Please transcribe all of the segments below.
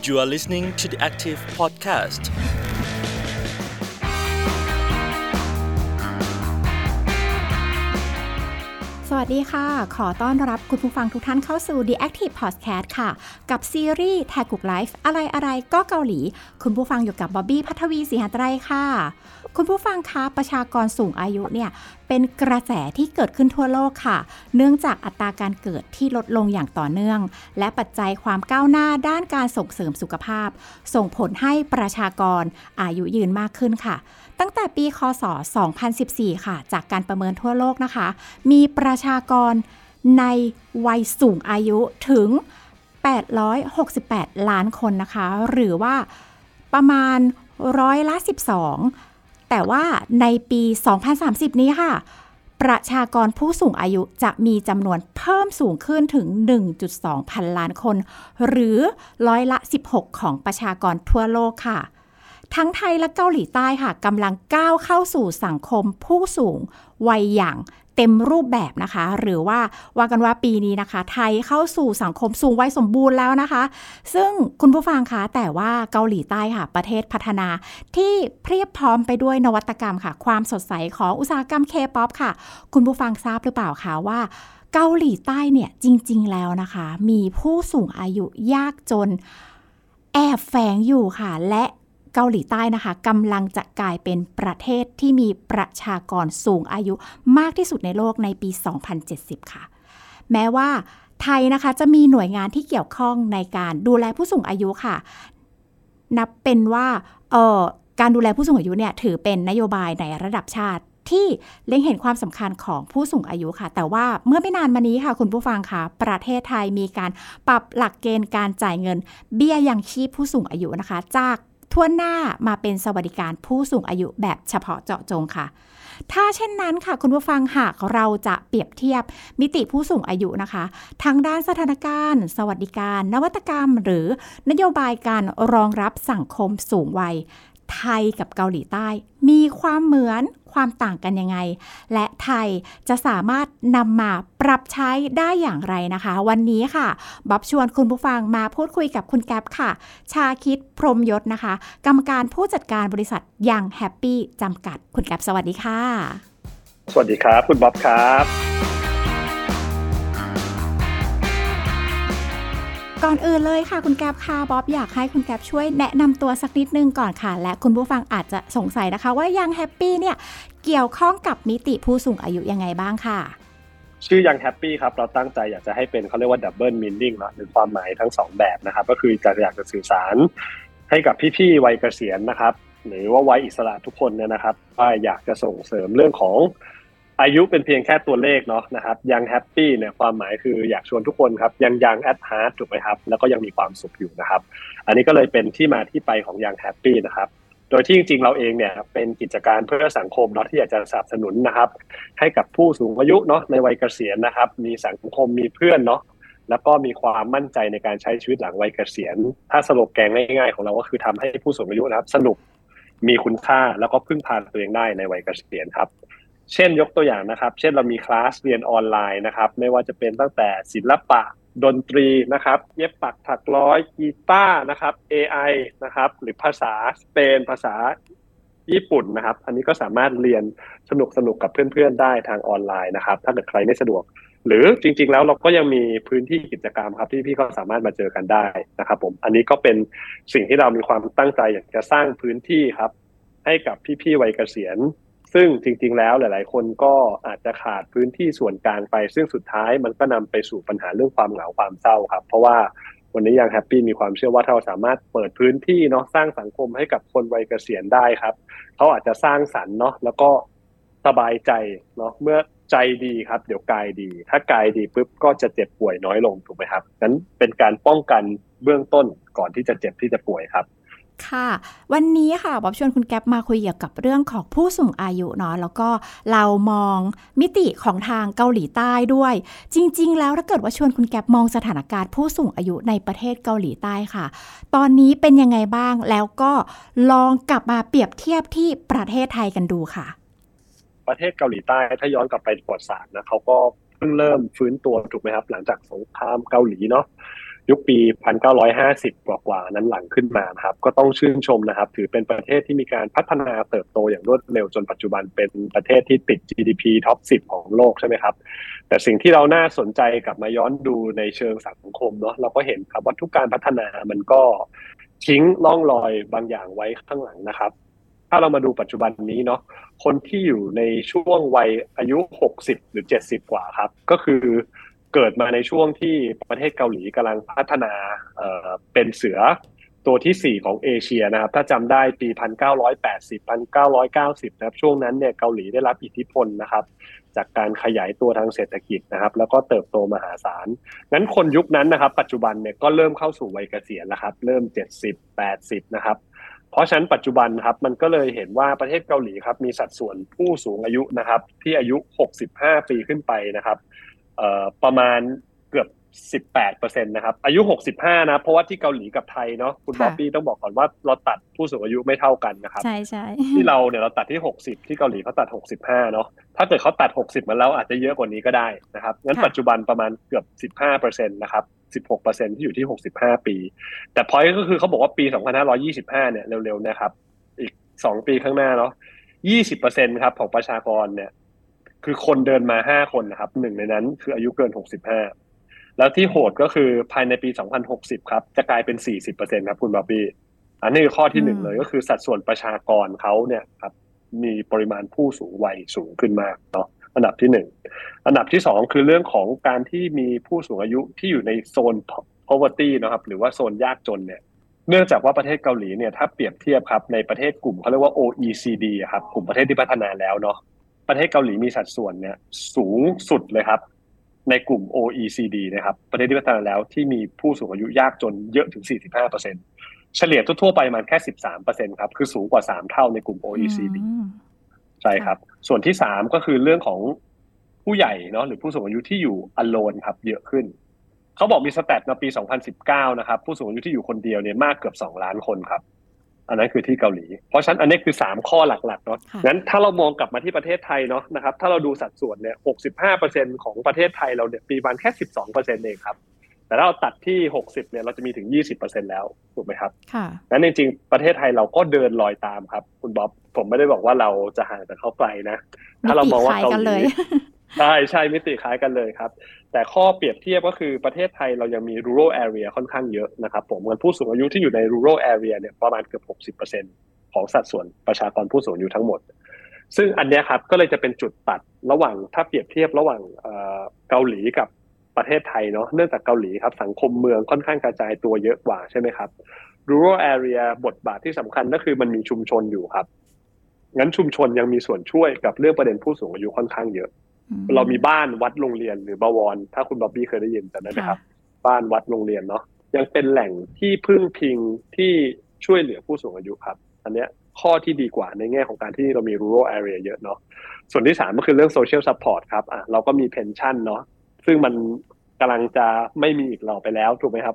You are listening to the Active Podcast. สวัสดีค่ะขอต้อนรับคุณผู้ฟังทุกท่านเข้าสู่ The Active Podcast ค่ะกับซีรีส์แทกุกไลฟ์อะไรก็เกาหลีคุณผู้ฟังอยู่กับบ๊อบบี้ภัทวีศรีหไตรค่ะคุณผู้ฟังคะประชากรสูงอายุเนี่ยเป็นกระแสที่เกิดขึ้นทั่วโลกค่ะเนื่องจากอัตราการเกิดที่ลดลงอย่างต่อเนื่องและปัจจัยความก้าวหน้าด้านการส่งเสริมสุขภาพส่งผลให้ประชากรอายุยืนมากขึ้นค่ะตั้งแต่ปีค.ศ. 2014 ค่ะจากการประเมินทั่วโลกนะคะมีประชากรในวัยสูงอายุถึง868ล้านคนนะคะหรือว่าประมาณ12%แต่ว่าในปี 2030 นี้ค่ะประชากรผู้สูงอายุจะมีจำนวนเพิ่มสูงขึ้นถึง 1.2 พันล้านคนหรือ16%ของประชากรทั่วโลกค่ะทั้งไทยและเกาหลีใต้ค่ะกำลังก้าวเข้าสู่สังคมผู้สูงวัยอย่างเต็มรูปแบบนะคะหรือว่ากันว่าปีนี้นะคะไทยเข้าสู่สังคมสูงวัยสมบูรณ์แล้วนะคะซึ่งคุณผู้ฟังคะแต่ว่าเกาหลีใต้ค่ะประเทศพัฒนาที่เพียบพร้อมไปด้วยนวัตกรรมค่ะความสดใสของอุตสาหกรรม K-POP ค่ะคุณผู้ฟังทราบหรือเปล่าคะว่าเกาหลีใต้เนี่ยจริงๆแล้วนะคะมีผู้สูงอายุยากจนแอบแฝงอยู่ค่ะและเกาหลีใต้นะคะกำลังจะกลายเป็นประเทศที่มีประชากรสูงอายุมากที่สุดในโลกในปี 2070 ค่ะแม้ว่าไทยนะคะจะมีหน่วยงานที่เกี่ยวข้องในการดูแลผู้สูงอายุค่ะนับเป็นว่าการดูแลผู้สูงอายุเนี่ยถือเป็นนโยบายในระดับชาติที่เล็งเห็นความสำคัญของผู้สูงอายุค่ะแต่ว่าเมื่อไม่นานมานี้ค่ะคุณผู้ฟังค่ะประเทศไทยมีการปรับหลักเกณฑ์การจ่ายเงินเบี้ยยังชีพผู้สูงอายุนะคะจากทั่วหน้ามาเป็นสวัสดิการผู้สูงอายุแบบเฉพาะเจาะจงค่ะถ้าเช่นนั้นค่ะคุณผู้ฟังหากเราจะเปรียบเทียบมิติผู้สูงอายุนะคะทั้งด้านสถานการณ์สวัสดิการนวัตกรรมหรือนโยบายการรองรับสังคมสูงวัยไทยกับเกาหลีใต้มีความเหมือนความต่างกันยังไงและไทยจะสามารถนำมาปรับใช้ได้อย่างไรนะคะวันนี้ค่ะบ๊อบชวนคุณผู้ฟังมาพูดคุยกับคุณแก๊ปค่ะชาคิดพรหมยศนะคะกรรมการผู้จัดการบริษัทยังแฮปปี้จำกัดคุณแก๊ปสวัสดีค่ะสวัสดีครับคุณบ๊อบครับก่อนอื่นเลยค่ะคุณแก๊ปค่ะบ๊อบอยากให้คุณแก๊ปช่วยแนะนำตัวสักนิดนึงก่อนค่ะและคุณผู้ฟังอาจจะสงสัยนะคะว่ายังแฮปปี้เนี่ยเกี่ยวข้องกับมิติผู้สูงอายุยังไงบ้างค่ะชื่อยังแฮปปี้ครับเราตั้งใจอยากจะให้เป็นเขาเรียกว่าดับเบิลมีนิ่งเนาะหรือความหมายทั้งสองแบบนะครับก็คืออยากจะสื่อสารให้กับพี่ๆวัยเกษียณนะครับหรือว่าวัยอิสระทุกคนเนี่ยนะครับว่าอยากจะส่งเสริมเรื่องของอายุเป็นเพียงแค่ตัวเลขเนาะนะครับยังแฮปปี้เนี่ยความหมายคืออยากชวนทุกคนครับยังแอดฮาร์ทถูกไหมครับแล้วก็ยังมีความสุขอยู่นะครับอันนี้ก็เลยเป็นที่มาที่ไปของยังแฮปปี้นะครับโดยที่จริงๆเราเองเนี่ยเป็นกิจการเพื่อสังคมเนาะที่อยากจะสนับสนุนนะครับให้กับผู้สูงอายุเนาะในวัยเกษียณนะครับมีสังคมมีเพื่อนเนาะแล้วก็มีความมั่นใจในการใช้ชีวิตหลังวัยเกษียณถ้าสรุปแกงง่ายๆของเราก็คือทำให้ผู้สูงอายุนะครับสนุกมีคุณค่าแล้วก็พึ่งพาตัวเองได้ในวัยเกษียณครับเช่นยกตัวอย่างนะครับเช่นเรามีคลาสเรียนออนไลน์นะครับไม่ว่าจะเป็นตั้งแต่ศิลปะดนตรีนะครับเย็บปักถักร้อยกีตาร์นะครับ AI นะครับหรือภาษาสเปนภาษาญี่ปุ่นนะครับอันนี้ก็สามารถเรียนสนุกกับเพื่อนๆได้ทางออนไลน์นะครับถ้าเกิดใครไม่สะดวกหรือจริงๆแล้วเราก็ยังมีพื้นที่กิจกรรมครับที่พี่ก็สามารถมาเจอกันได้นะครับผมอันนี้ก็เป็นสิ่งที่เรามีความตั้งใจอยากจะสร้างพื้นที่ครับให้กับพี่ๆวัยเกษียณซึ่งจริงๆแล้วหลายๆคนก็อาจจะขาดพื้นที่ส่วนกลางไปซึ่งสุดท้ายมันก็นำไปสู่ปัญหาเรื่องความเหงาความเศร้าครับเพราะว่าวันนี้ยังแฮปปี้มีความเชื่อว่าถ้าเราสามารถเปิดพื้นที่เนาะสร้างสังคมให้กับคนวัยเกษียณได้ครับเขาอาจจะสร้างสรรค์เนาะแล้วก็สบายใจเนาะเมื่อใจดีครับเดี๋ยวกายดีถ้ากายดีปุ๊บก็จะเจ็บป่วยน้อยลงถูกไหมครับนั้นเป็นการป้องกันเบื้องต้นก่อนที่จะเจ็บที่จะป่วยครับค่ะวันนี้ค่ะบ๊อบชวนคุณแก๊ปมาคุยเกี่ยวกับเรื่องของผู้สูงอายุเนาะแล้วก็เรามองมิติของทางเกาหลีใต้ด้วยจริงๆแล้วถ้าเกิดว่าชวนคุณแก๊ปมองสถานการณ์ผู้สูงอายุในประเทศเกาหลีใต้ค่ะตอนนี้เป็นยังไงบ้างแล้วก็ลองกลับมาเปรียบเทียบที่ประเทศไทยกันดูค่ะประเทศเกาหลีใต้ถ้าย้อนกลับไปประวัติศาสตร์นะเขาก็เพิ่งเริ่มฟื้นตัวถูกไหมครับหลังจากสงครามเกาหลีเนาะยุคปี1950กว่าๆนั้นหลังขึ้นมาครับก็ต้องชื่นชมนะครับถือเป็นประเทศที่มีการพัฒนาเติบโตอย่างรวดเร็วจนปัจจุบันเป็นประเทศที่ติด GDP ท็อป10ของโลกใช่ไหมครับแต่สิ่งที่เราน่าสนใจกลับมาย้อนดูในเชิงสังคมเนาะเราก็เห็นครับว่าทุกการพัฒนามันก็ทิ้งร่องรอยบางอย่างไว้ข้างหลังนะครับถ้าเรามาดูปัจจุบันนี้เนาะคนที่อยู่ในช่วงวัยอายุ60หรือ70กว่าครับก็คือเกิดมาในช่วงที่ประเทศเกาหลีกำลังพัฒนาเป็นเสือตัวที่4ของเอเชียนะครับถ้าจำได้ปี1980 1990นะครับช่วงนั้นเนี่ยเกาหลีได้รับอิทธิพลนะครับจากการขยายตัวทางเศรษฐกิจนะครับแล้วก็เติบโตมหาศาลงั้นคนยุคนั้นนะครับปัจจุบันเนี่ยก็เริ่มเข้าสู่วัยเกษียณแล้วครับเริ่ม70 80นะครับเพราะฉะนั้นปัจจุบันครับมันก็เลยเห็นว่าประเทศเกาหลีครับมีสัดส่วนผู้สูงอายุนะครับที่อายุ65ปีขึ้นไปนะครับประมาณเกือบ18%นะครับอายุ65นะเพราะว่าที่เกาหลีกับไทยเนาะคุณบ๊อบบี้ต้องบอกก่อนว่าเราตัดผู้สูงอายุไม่เท่ากันนะครับใช่ๆที่เราเนี่ยเราตัดที่60ที่เกาหลีเขาตัด65เนาะถ้าเกิดเขาตัด60มาแล้วอาจจะเยอะกว่านี้ก็ได้นะครับงั้นปัจจุบันประมาณเกือบ15%นะครับ16%ที่อยู่ที่65ปีแต่พอยต์ก็คือเขาบอกว่าปี2525เนี่ยเร็วๆนะครับอีก2ปีข้างหน้าเนาะ20%ครับของประชากรเนี่ยคือคนเดินมา5คนนะครับหนึ่งในนั้นคืออายุเกิน65แล้วที่โหดก็คือภายในปี2060ครับจะกลายเป็น40%ครับคุณบ๊อบบี้อันนี้คือข้อที่1เลยก็คือสัดส่วนประชากรเขาเนี่ยครับมีปริมาณผู้สูงวัยสูงขึ้นมากเนาะอันดับที่1อันดับที่2คือเรื่องของการที่มีผู้สูงอายุที่อยู่ในโซน poverty นะครับหรือว่าโซนยากจนเนี่ยเนื่องจากว่าประเทศเกาหลีเนี่ยถ้าเปรียบเทียบครับในประเทศกลุ่มเขาเรียกว่า OECD ครับกลุ่มประเทศที่พัฒนาแล้วเนาะประเทศเกาหลีมีสัดส่วนเนี่ยสูงสุดเลยครับในกลุ่ม OECD นะครับประเทศที่พัฒนาแล้วที่มีผู้สูงอายุยากจนเยอะถึง 45%เฉลี่ยทั่วๆไปมันแค่ 13% ครับคือสูงกว่า3เท่าในกลุ่ม OECD ใช่ครับส่วนที่3ก็คือเรื่องของผู้ใหญ่เนาะหรือผู้สูงอายุที่อยู่ alone ครับเยอะขึ้นเขาบอกมีสแตทในปี2019นะครับผู้สูงอายุที่อยู่คนเดียวเนี่ยมากเกือบ2ล้านคนครับอันนั้นคือที่เกาหลีเพราะฉะนั้นอันนี้คือ3ข้อหลักๆเนาะงั้นถ้าเรามองกลับมาที่ประเทศไทยเนาะนะครับถ้าเราดูสัดส่วนเนี่ย 65% ของประเทศไทยเราเนี่ยปีบันแค่ 12% เองครับแต่ถ้าเราตัดที่60เนี่ยเราจะมีถึง 20% แล้วถูกไหมครับค่ะงั้นจริงๆประเทศไทยเราก็เดินรอยตามครับคุณบ๊อบผมไม่ได้บอกว่าเราจะห่างจากเขาไกลนะถ้าเรามองว่าเกาหลีใช่มิติคล้ายกันเลยครับแต่ข้อเปรียบเทียบก็คือประเทศไทยเรายังมี rural area ค่อนข้างเยอะนะครับผมเงินผู้สูงอายุที่อยู่ใน rural area เนี่ยประมาณเกือบ 60% ของสัดส่วนประชากรผู้สูงอายุทั้งหมดซึ่งอันนี้ครับก็เลยจะเป็นจุดตัดระหว่างถ้าเปรียบเทียบระหว่างเกาหลีกับประเทศไทยเนาะเนื่องจากเกาหลีครับสังคมเมืองค่อนข้างกระจายตัวเยอะกว่าใช่ไหมครับ rural area บทบาทที่สำคัญก็คือมันมีชุมชนอยู่ครับงั้นชุมชนยังมีส่วนช่วยกับเรื่องประเด็นผู้สูงอายุค่อนข้างเยอะเรามีบ้านวัดโรงเรียนหรือบวรถ้าคุณบ๊อบบี้เคยได้ยินแต่นั้นนะครับบ้านวัดโรงเรียนเนาะยังเป็นแหล่งที่พึ่งพิงที่ช่วยเหลือผู้สูงอายุครับอันเนี้ยข้อที่ดีกว่าในแง่ของการที่เรามี rural area เยอะเนาะส่วนที่3ก็คือเรื่อง social support ครับเราก็มี pension เนาะซึ่งมันกำลังจะไม่มีอีกต่อไปแล้วถูกไหมครับ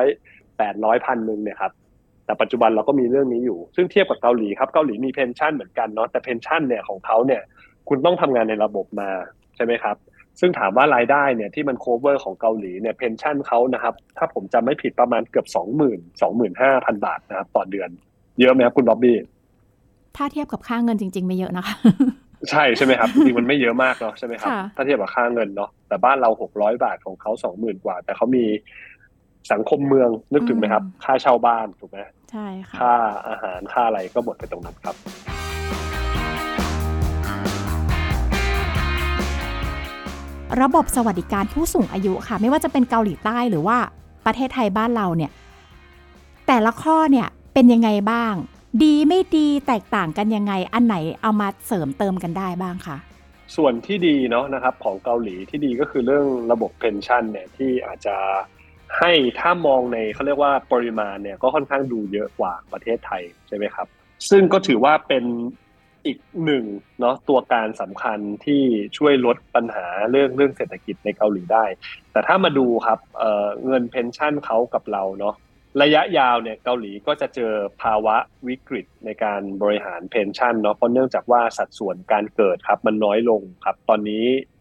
600 800 1,000เนี่ยครับแต่ปัจจุบันเราก็มีเรื่องนี้อยู่ซึ่งเทียบกับเกาหลีครับเกาหลีมีเพนชั่นเหมือนกันเนาะแต่เพนชั่นเนี่ยของเขาเนี่ยคุณต้องทำงานในระบบมาใช่ไหมครับซึ่งถามว่ารายได้เนี่ยที่มันโคเวอร์ของเกาหลีเนี่ยเพนชั่นเขานะครับถ้าผมจำไม่ผิดประมาณเกือบ 25,000 บาทนะครับต่อเดือนเยอะไหมครับคุณบ๊อบบี้ถ้าเทียบกับค่าเงินจริงๆไม่เยอะนะคะใช่ไหมครับจริงมันไม่เยอะมากเนาะใช่ไหมครับถ้าเทียบกับค่าเงินเนาะแต่บ้านเรา600 บาทของเขา20,000 กว่าแต่เขามีสังคมเมืองนึกถึงไหมครับค่าเช่าบ้านถูกไหมใช่ค่ะค่าอาหารค่าอะไรก็หมดไปตรงนั้นครับระบบสวัสดิการผู้สูงอายุค่ะไม่ว่าจะเป็นเกาหลีใต้หรือว่าประเทศไทยบ้านเราเนี่ยแต่ละข้อเนี่ยเป็นยังไงบ้างดีไม่ดีแตกต่างกันยังไงอันไหนเอามาเสริมเติมกันได้บ้างคะส่วนที่ดีเนาะนะครับของเกาหลีที่ดีก็คือเรื่องระบบเพนชั่นเนี่ยที่อาจจะให้ถ้ามองในเขาเรียกว่าปริมาณเนี่ยก็ค่อนข้างดูเยอะกว่าประเทศไทยใช่ไหมครับซึ่งก็ถือว่าเป็นอีกหนึ่งเนาะตัวการสำคัญที่ช่วยลดปัญหาเรื่องเศรษฐกิจในเกาหลีได้แต่ถ้ามาดูครับเงินเพนชั่นเขากับเราเนาะระยะยาวเนี่ยเกาหลีก็จะเจอภาวะวิกฤตในการบริหารเพนชั่นเนาะเพราะเนื่องจากว่าสัดส่วนการเกิดครับมันน้อยลงครับตอนนี้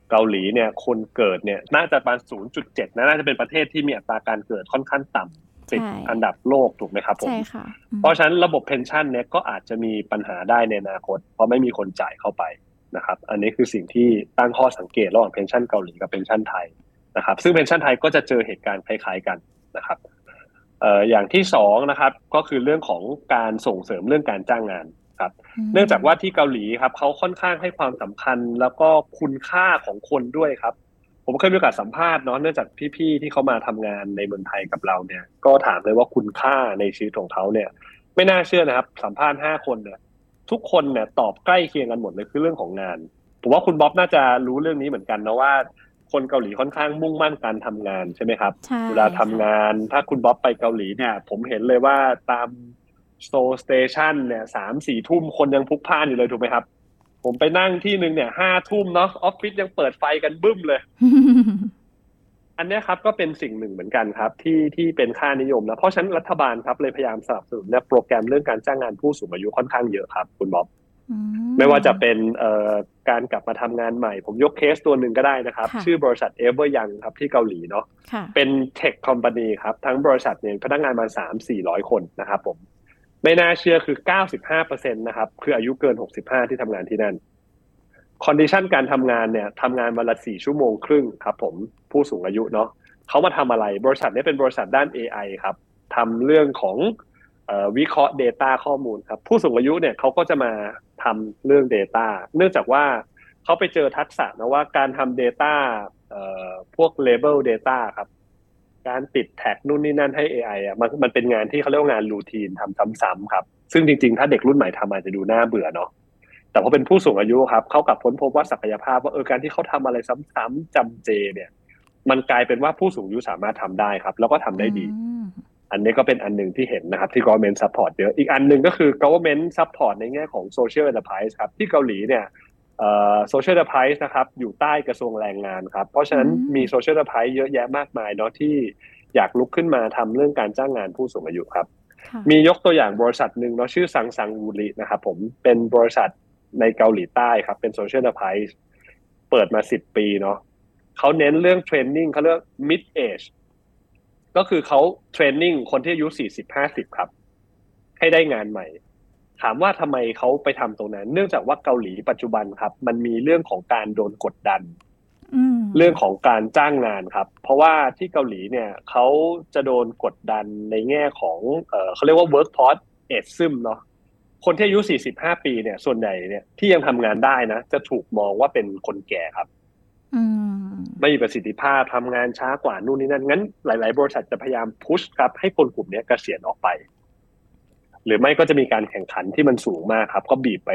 เกาหลีเนี่ยคนเกิดเนี่ยน่าจะประมาณ 0.7 น่าจะเป็นประเทศที่มีอัตราการเกิดค่อนข้างต่ำติดอันดับโลกถูกไหมครับผมใช่ค่ะเพราะฉะนั้นระบบเพนชั่นเนี่ยก็อาจจะมีปัญหาได้ในอนาคตเพราะไม่มีคนจ่ายเข้าไปนะครับอันนี้คือสิ่งที่ตั้งข้อสังเกตระหว่างเพนชั่นเกาหลีกับเพนชั่นไทยนะครับซึ่งเพนชั่นไทยก็จะเจอเหตุการณ์คล้ายๆกันนะครับอย่างที่สองนะครับก็คือเรื่องของการส่งเสริมเรื่องการจ้างงานครับเนื่องจากว่าที่เกาหลีครับเขาค่อนข้างให้ความสำคัญแล้วก็คุณค่าของคนด้วยครับผมเคยมีโอกาสสัมภาษณ์เนาะเนื่องจากพี่ๆที่เขามาทำงานในเมืองไทยกับเราเนี่ยก็ถามเลยว่าคุณค่าในชีวิตของเขาเนี่ยไม่น่าเชื่อนะครับสัมภาษณ์5 คนเนี่ยทุกคนเนี่ยตอบใกล้เคียงกันหมดเลยคือเรื่องของงานผมว่าคุณบ๊อบน่าจะรู้เรื่องนี้เหมือนกันนะว่าคนเกาหลีค่อนข้างมุ่งมั่นการทำงานใช่ไหมครับเวลาทำงานถ้าคุณบ๊อบไปเกาหลีเนี่ยผมเห็นเลยว่าตามโซลสเตชันเนี่ย3-4 ทุ่มคนยังพลุกพล่านอยู่เลยถูกไหมครับผมไปนั่งที่นึงเนี่ย5 ทุ่มเนาะออฟฟิศยังเปิดไฟกันบึ้มเลย อันนี้ครับก็เป็นสิ่งหนึ่งเหมือนกันครับที่เป็นค่านิยมนะเพราะฉะนั้นรัฐบาลครับเลยพยายามสนับสนุนโปรแกรมเรื่องการจ้างงานผู้สูงอายุค่อนข้างเยอะครับคุณบ๊อบไม่ว่าจะเป็นการกลับมาทำงานใหม่ผมยกเคสตัวหนึ่งก็ได้นะครับชื่อบริษัท Everyoung ครับที่เกาหลีเนาะเป็นเทคคอมพานีครับทั้งบริษัทเนี่ยพนักงานมา 300-400 คนนะครับผมไม่น่าเชื่อคือ 95% นะครับคืออายุเกิน65ที่ทำงานที่นั่นคอนดิชันการทำงานเนี่ยทำงานวันละ4 ชั่วโมงครึ่งครับผมผู้สูงอายุเนาะเขามาทำอะไรบริษัทนี้เป็นบริษัทด้าน AI ครับทำเรื่องของวิเคราะห์ Data ข้อมูลครับผู้สูงอายุเนี่ยเขาก็จะมาทำเรื่อง Data เนื่องจากว่าเขาไปเจอทักษะนะว่าการทำ Data พวก Label Data ครับการติดแท็กนู่นนี่นั่นให้ AI อ่ะมันเป็นงานที่เขาเรียกว่างานรูทีนทำซ้ำๆครับซึ่งจริงๆถ้าเด็กรุ่นใหม่ทำอาจจะดูน่าเบื่อเนาะแต่พอเป็นผู้สูงอายุครับเขากลับค้นพบว่าศักยภาพว่าการที่เขาทำอะไรซ้ำๆจำเจเนี่ยมันกลายเป็นว่าผู้สูงอายุสามารถทำได้ครับแล้วก็ทำได้ดีอันนี้ก็เป็นอันหนึ่งที่เห็นนะครับที่ government support เยอะอีกอันหนึ่งก็คือ government support ในแง่ของ social enterprise ครับที่เกาหลีเนี่ยsocial enterprise นะครับอยู่ใต้กระทรวงแรงงานครับเพราะฉะนั้นมี social enterprise เยอะแยะมากมายเนาะที่อยากลุกขึ้นมาทำเรื่องการจ้างงานผู้สูงอายุครับมียกตัวอย่างบริษัทหนึ่งเนาะชื่อซังวูรินะครับผมเป็นบริษัทในเกาหลีใต้ครับเป็น social enterprise เปิดมา10 ปีเนาะเขาเน้นเรื่องเทรนนิ่งเขาเรียก mid age ก็คือเขาเทรนนิ่งคนที่อายุ 40-50 ครับให้ได้งานใหม่ถามว่าทำไมเขาไปทำตรงนั้นเนื่องจากว่าเกาหลีปัจจุบันครับมันมีเรื่องของการโดนกดดันเรื่องของการจ้างงานครับเพราะว่าที่เกาหลีเนี่ยเขาจะโดนกดดันในแง่ของเขาเรียกว่า workforce ageism เนาะคนที่อายุ 45 ปีเนี่ยส่วนใหญ่เนี่ยที่ยังทำงานได้นะจะถูกมองว่าเป็นคนแก่ครับไม่มีประสิทธิภาพทำงานช้ากว่านู่นนี่นั่นงั้นหลายๆบริษัทจะพยายามพุชครับให้คนกลุ่มนี้เกษียณออกไปหรือไม่ก็จะมีการแข่งขันที่มันสูงมากครับก็บีบไป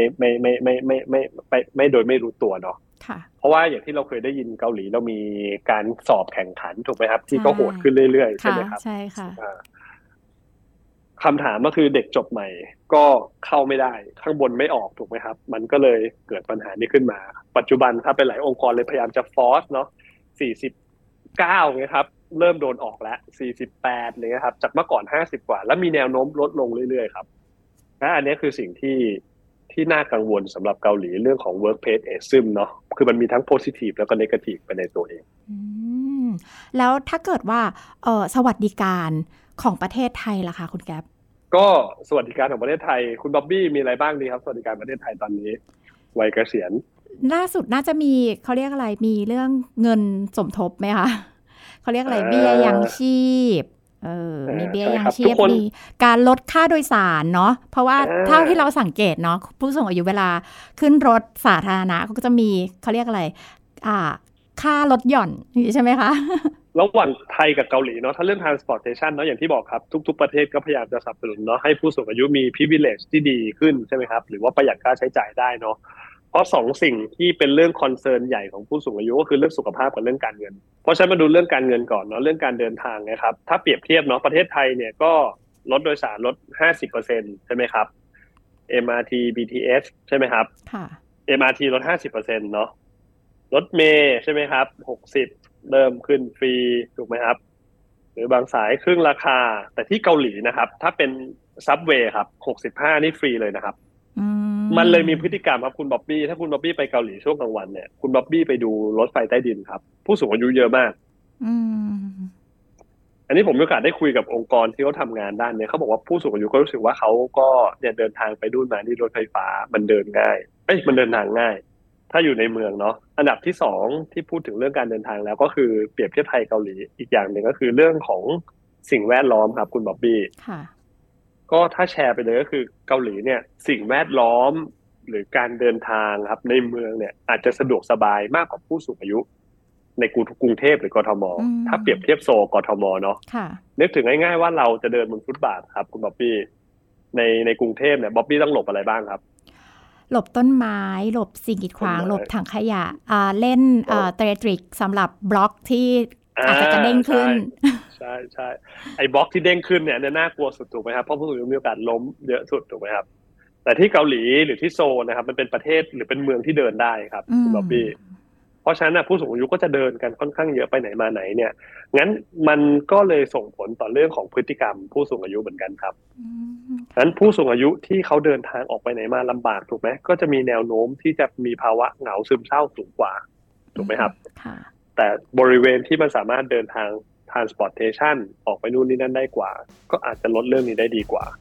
ไม่โดยไม่รู้ตัวเนาะเพราะว่าอย่างที่เราเคยได้ยินเกาหลีเรามีการสอบแข่งขันถูกไหมครับที่ก็โหดขึ้นเรื่อยๆใช่ไหมครับใช่ค่ะคำถามก็คือเด็กจบใหม่ก็เข้าไม่ได้ข้างบนไม่ออกถูกไหมครับมันก็เลยเกิดปัญหานี้ขึ้นมาปัจจุบันครับเป็นหลายองค์กรเลยพยายามจะฟอร์สเนาะ49นะครับเริ่มโดนออกแล้ว48เลยครับจากเมื่อก่อน50กว่าแล้วมีแนวโน้มลดลงเรื่อยๆครับและอันนี้คือสิ่งที่น่ากังวลสำหรับเกาหลีเรื่องของ workplace ageism เนาะคือมันมีทั้ง positive แล้วก็ negative ไปในตัวเองแล้วถ้าเกิดว่าสวัสดิการของประเทศไทยล่ะคะคุณแก๊ปก็สวัสดิการของประเทศไทยคุณบ๊อบบี้มีอะไรบ้างดีครับสวัสดิการประเทศไทยตอนนี้วัยเกษียณล่าสุดน่าจะมีเขาเรียกอะไรมีเรื่องเงินสมทบไหมคะเขาเรียกอะไรเบี้ยยังชีพมีเบี้ยยังชีพมีการลดค่าโดยสารเนาะเพราะว่าเท่าที่เราสังเกตเนาะผู้สูงอายุเวลาขึ้นรถสาธารณะก็จะมีเขาเรียกอะไรค่าลดหย่อนใช่ไหมคะระหว่างไทยกับเกาหลีเนาะถ้าเรื่อง transportation เนาะอย่างที่บอกครับทุกๆประเทศก็พยายามจะสนับสนุนเนาะให้ผู้สูงอายุมี privilege ที่ดีขึ้นใช่ไหมครับหรือว่าประหยัดค่าใช้จ่ายได้เนาะเพราะ2 สิ่งที่เป็นเรื่องคอนเซิร์นใหญ่ของผู้สูงอายุก็คือเรื่องสุขภาพกับเรื่องการเงินเพราะฉะนั้นมาดูเรื่องการเงินก่อนเนาะเรื่องการเดินทางนะครับถ้าเปรียบเทียบเนาะประเทศไทยเนี่ยก็รถโดยสารลด 50% ใช่ไหมครับ MRT BTS ใช่ไหมครับค่ะ MRT ลด 50% เนาะรถเมล์ใช่ไหมครับ60เริ่มขึ้นฟรีถูกไหมครับหรือบางสายครึ่งราคาแต่ที่เกาหลีนะครับถ้าเป็นซับเวย์ครับ65นี่ฟรีเลยนะครับมันเลยมีพฤติกรรมครับคุณบ๊อบบี้ถ้าคุณบ๊อบบี้ไปเกาหลีช่วงกลางวันเนี่ยคุณบ๊อบบี้ไปดูรถไฟใต้ดินครับผู้สูงอายุเยอะมากอันนี้ผมมีโอกาสได้คุยกับองค์กรที่เขาทำงานด้านนี้เขาบอกว่าผู้สูงอายุก็รู้สึกว่าเขาก็เนี่ยเดินทางไปนู่นมานี่รถไฟฟ้ามันเดินง่ายมันเดินทางง่ายถ้าอยู่ในเมืองเนาะอันดับที่สองที่พูดถึงเรื่องการเดินทางแล้วก็คือเปรียบเทียบไทยเกาหลีอีกอย่างหนึ่งก็คือเรื่องของสิ่งแวดล้อมครับคุณบ๊อบบี้ก็ถ้าแชร์ไปเลยก็คือเกาหลีเนี่ยสิ่งแวดล้อมหรือการเดินทางครับในเมืองเนี่ยอาจจะสะดวกสบายมากกว่าผู้สูงอายุในกรุงเทพหรือกทมถ้าเปรียบเทียบโซลกทมเนาะนึกถึงง่ายๆว่าเราจะเดินบนฟุตบาทครับคุณบ๊อบบี้ในกรุงเทพเนี่ยบ๊อบบี้ต้องหลบอะไรบ้างครับหลบต้นไม้หลบสิ่งกีดขวางหลบถังขยะเล่นเตรทริกสำหรับบล็อกที่อาจจะเด้งขึ้นใช่ใช่ไอ้บล็อกที่เด้งขึ้นเนี่ยน่ากลัวสุดถูกไหมครับเพราะผู้สูงอายุมีโอกาสล้มเยอะสุดถูกไหมครับแต่ที่เกาหลีหรือที่โซลนะครับมันเป็นประเทศหรือเป็นเมืองที่เดินได้ครับคุณบ๊อบบี้เพราะฉะนั้นผู้สูงอายุก็จะเดินกันค่อนข้างเยอะไปไหนมาไหนเนี่ยงั้นมันก็เลยส่งผลต่อเรื่องของพฤติกรรมผู้สูงอายุเหมือนกันครับงั้นผู้สูงอายุที่เขาเดินทางออกไปไหนมาลำบากถูกไหมก็จะมีแนวโน้มที่จะมีภาวะเหงาซึมเศร้าสูงกว่าถูกไหมครับแต่บริเวณที่มันสามารถเดินทาง transportation ออกไปนู่นนี่นั่นได้กว่าก็อาจจะลดเรื่องนี้ได้ดีกว่า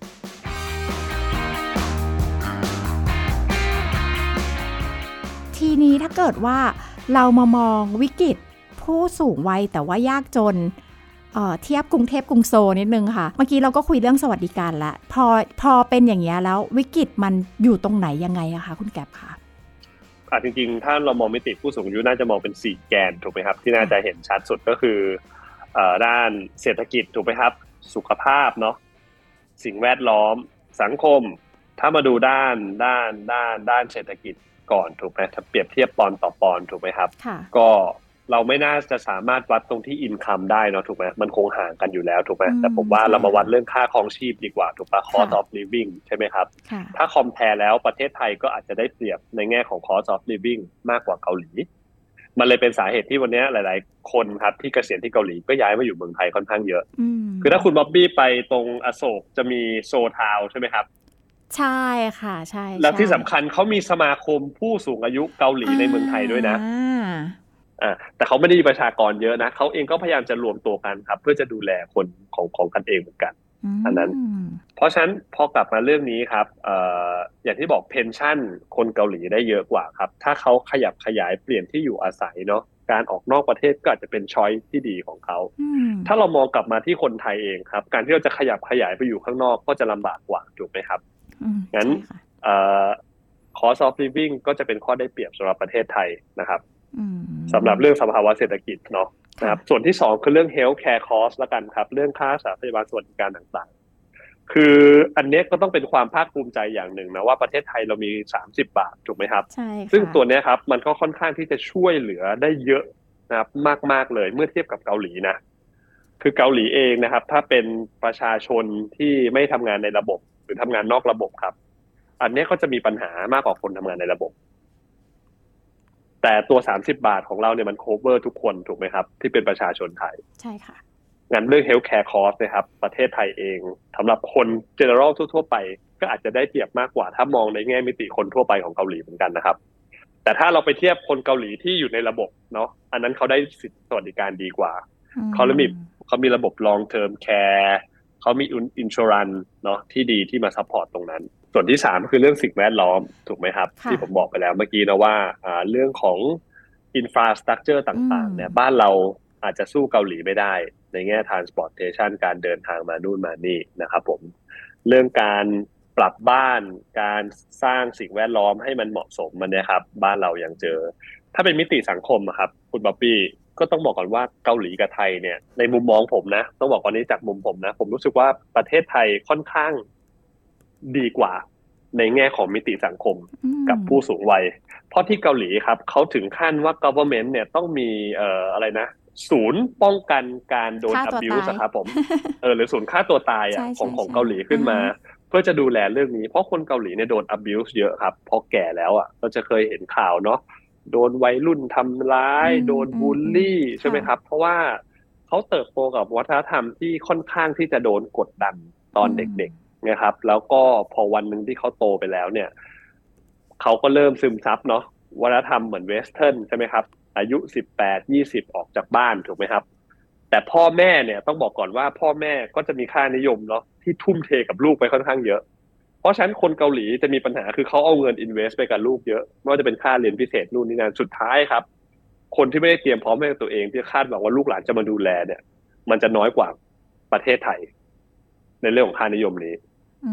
ทีนี้ถ้าเกิดว่าเรามามองวิกฤตผู้สูงวัยแต่ว่ายากจนเทียบกรุงเทพกรุงโซลนิดนึงค่ะเมื่อกี้เราก็คุยเรื่องสวัสดิการละพอเป็นอย่างนี้แล้ววิกฤตมันอยู่ตรงไหนยังไงอะคะคุณแก๊ปคะจริงๆถ้าเรามองมิติผู้สูงอายุน่าจะมองเป็น4แกนถูกไหมครับที่น่าจะเห็นชัดสุดก็คือด้านเศรษฐกิจถูกไหมครับสุขภาพเนาะสิ่งแวดล้อมสังคมถ้ามาดูด้านเศรษฐกิจก่อนถูกไหมถ้าเปรียบเทียบปอนต่อปอนถูกไหมครับก็เราไม่น่าจะสามารถวัดตรงที่อินคัมได้เนาะถูกไหมมันคงห่างกันอยู่แล้วถูกไหมแต่ผมว่าเรามาวัดเรื่องค่าครองชีพดีกว่าถูกป่ะ cost of living ใช่ไหมครับถ้าคอมแพร์แล้วประเทศไทยก็อาจจะได้เปรียบในแง่ของ cost of living มากกว่าเกาหลีมันเลยเป็นสาเหตุที่วันนี้หลายๆคนครับที่เกษียณที่เกาหลีก็ย้ายมาอยู่เมืองไทยค่อนข้างเยอะคือถ้าคุณบ๊อบบี้ไปตรงอโศกจะมีโซทาวน์ใช่ไหมครับใช่ค่ะใช่แล้วที่สำคัญเขามีสมาคมผู้สูงอายุเกาหลีในเมืองไทยด้วยนะแต่เขาไม่ได้มีประชากรเยอะนะเขาเองก็พยายามจะรวมตัวกันครับเพื่อจะดูแลคนของกันเองเหมือนกันอันนั้นเพราะฉะนั้นพอกลับมาเรื่องนี้ครับอย่างที่บอกเพนชั่นคนเกาหลีได้เยอะกว่าครับถ้าเขาขยับขยายเปลี่ยนที่อยู่อาศัยเนาะการออกนอกประเทศก็อาจจะเป็นช้อยที่ดีของเขาถ้าเรามองกลับมาที่คนไทยเองครับการที่เราจะขยับขยายไปอยู่ข้างนอกก็จะลำบากกว่าถูกไหมครับงั้นcost of living ก็จะเป็นข้อได้เปรียบสำหรับประเทศไทยนะครับสำหรับเรื่องสภาวะเศรษฐกิจเนาะนะครับส่วนที่สองคือเรื่อง health care cost ละกันครับเรื่องค่ารักษาพยาบาลสวัสดิการต่างๆคืออันนี้ก็ต้องเป็นความภาคภูมิใจอย่างหนึ่งนะว่าประเทศไทยเรามี30 บาทถูกไหมครับใช่ซึ่งตัวนี้ครับมันก็ค่อนข้างที่จะช่วยเหลือได้เยอะนะครับมากๆเลยเมื่อเทียบกับเกาหลีนะคือเกาหลีเองนะครับถ้าเป็นประชาชนที่ไม่ทำงานในระบบหรือทำงานนอกระบบครับอันนี้ก็จะมีปัญหามากกว่าคนทำงานในระบบแต่ตัว30 บาทของเราเนี่ยมัน cover ทุกคนถูกไหมครับที่เป็นประชาชนไทยใช่ค่ะงั้นเรื่อง healthcare cost นะครับประเทศไทยเองสำหรับคน general ทั่วไปก็อาจจะได้เปรียบมากกว่าถ้ามองในแง่มิติคนทั่วไปของเกาหลีเหมือนกันนะครับแต่ถ้าเราไปเทียบคนเกาหลีที่อยู่ในระบบเนาะอันนั้นเขาได้สิทธิสวัสดิการดีกว่าเขามีระบบ long term care เขามี insurance เนาะที่ดีที่มา support ตรงนั้นส่วนที่3คือเรื่องสิ่งแวดล้อมถูกไหมครับที่ผมบอกไปแล้วเมื่อกี้นะว่าเรื่องของ infrastructure ต่างๆเนี่ยบ้านเราอาจจะสู้เกาหลีไม่ได้ในแง่ transportation การเดินทางมานู่นมานี่นะครับผมเรื่องการปรับบ้านการสร้างสิ่งแวดล้อมให้มันเหมาะสมมันเนี่ยครับบ้านเรายังเจอถ้าเป็นมิติสังคมครับคุณบ๊อบบี้ก็ต้องบอกก่อนว่าเกาหลีกับไทยเนี่ยในมุมมองผมนะต้องบอกก่อนนี้จากมุมผมนะผมรู้สึกว่าประเทศไทยค่อนข้างดีกว่าในแง่ของมิติสังคมกับผู้สูงวัยเพราะที่เกาหลีครับเขาถึงขั้นว่า government เนี่ยต้องมีอะไรนะศูนย์ป้องกันการโดน abuse ครับผมหรือศูนย์ฆ่าตัวตายของเกาหลีขึ้นมาเพื่อจะดูแลเรื่องนี้เพราะคนเกาหลีเนี่ยโดน abuse เยอะครับพอแก่แล้วก็จะเคยเห็นข่าวเนาะโดนวัยรุ่นทำร้ายโดนบูลลี่ใช่ไหมครับเพราะว่าเขาเติบโตกับวัฒนธรรมที่ค่อนข้างที่จะโดนกดดันตอนเด็กๆนะครับแล้วก็พอวันนึงที่เขาโตไปแล้วเนี่ยเขาก็เริ่มซึมซับเนาะวัฒนธรรมเหมือนเวสเทิร์นใช่ไหมครับอายุ18-20ออกจากบ้านถูกไหมครับแต่พ่อแม่เนี่ยต้องบอกก่อนว่าพ่อแม่ก็จะมีค่านิยมเนาะที่ทุ่มเทกับลูกไปค่อนข้างเยอะเพราะฉะนั้นคนเกาหลีจะมีปัญหาคือเขาเอาเงินอินเวสต์ไปกับลูกเยอะไม่ว่าจะเป็นค่าเรียนพิเศษนู่นนี่นั่นสุดท้ายครับคนที่ไม่ได้เตรียมพร้อมให้ตัวเองที่คาดหวังว่าลูกหลานจะมาดูแลเนี่ยมันจะน้อยกว่าประเทศไทยในเรื่องของค่านิยมนี้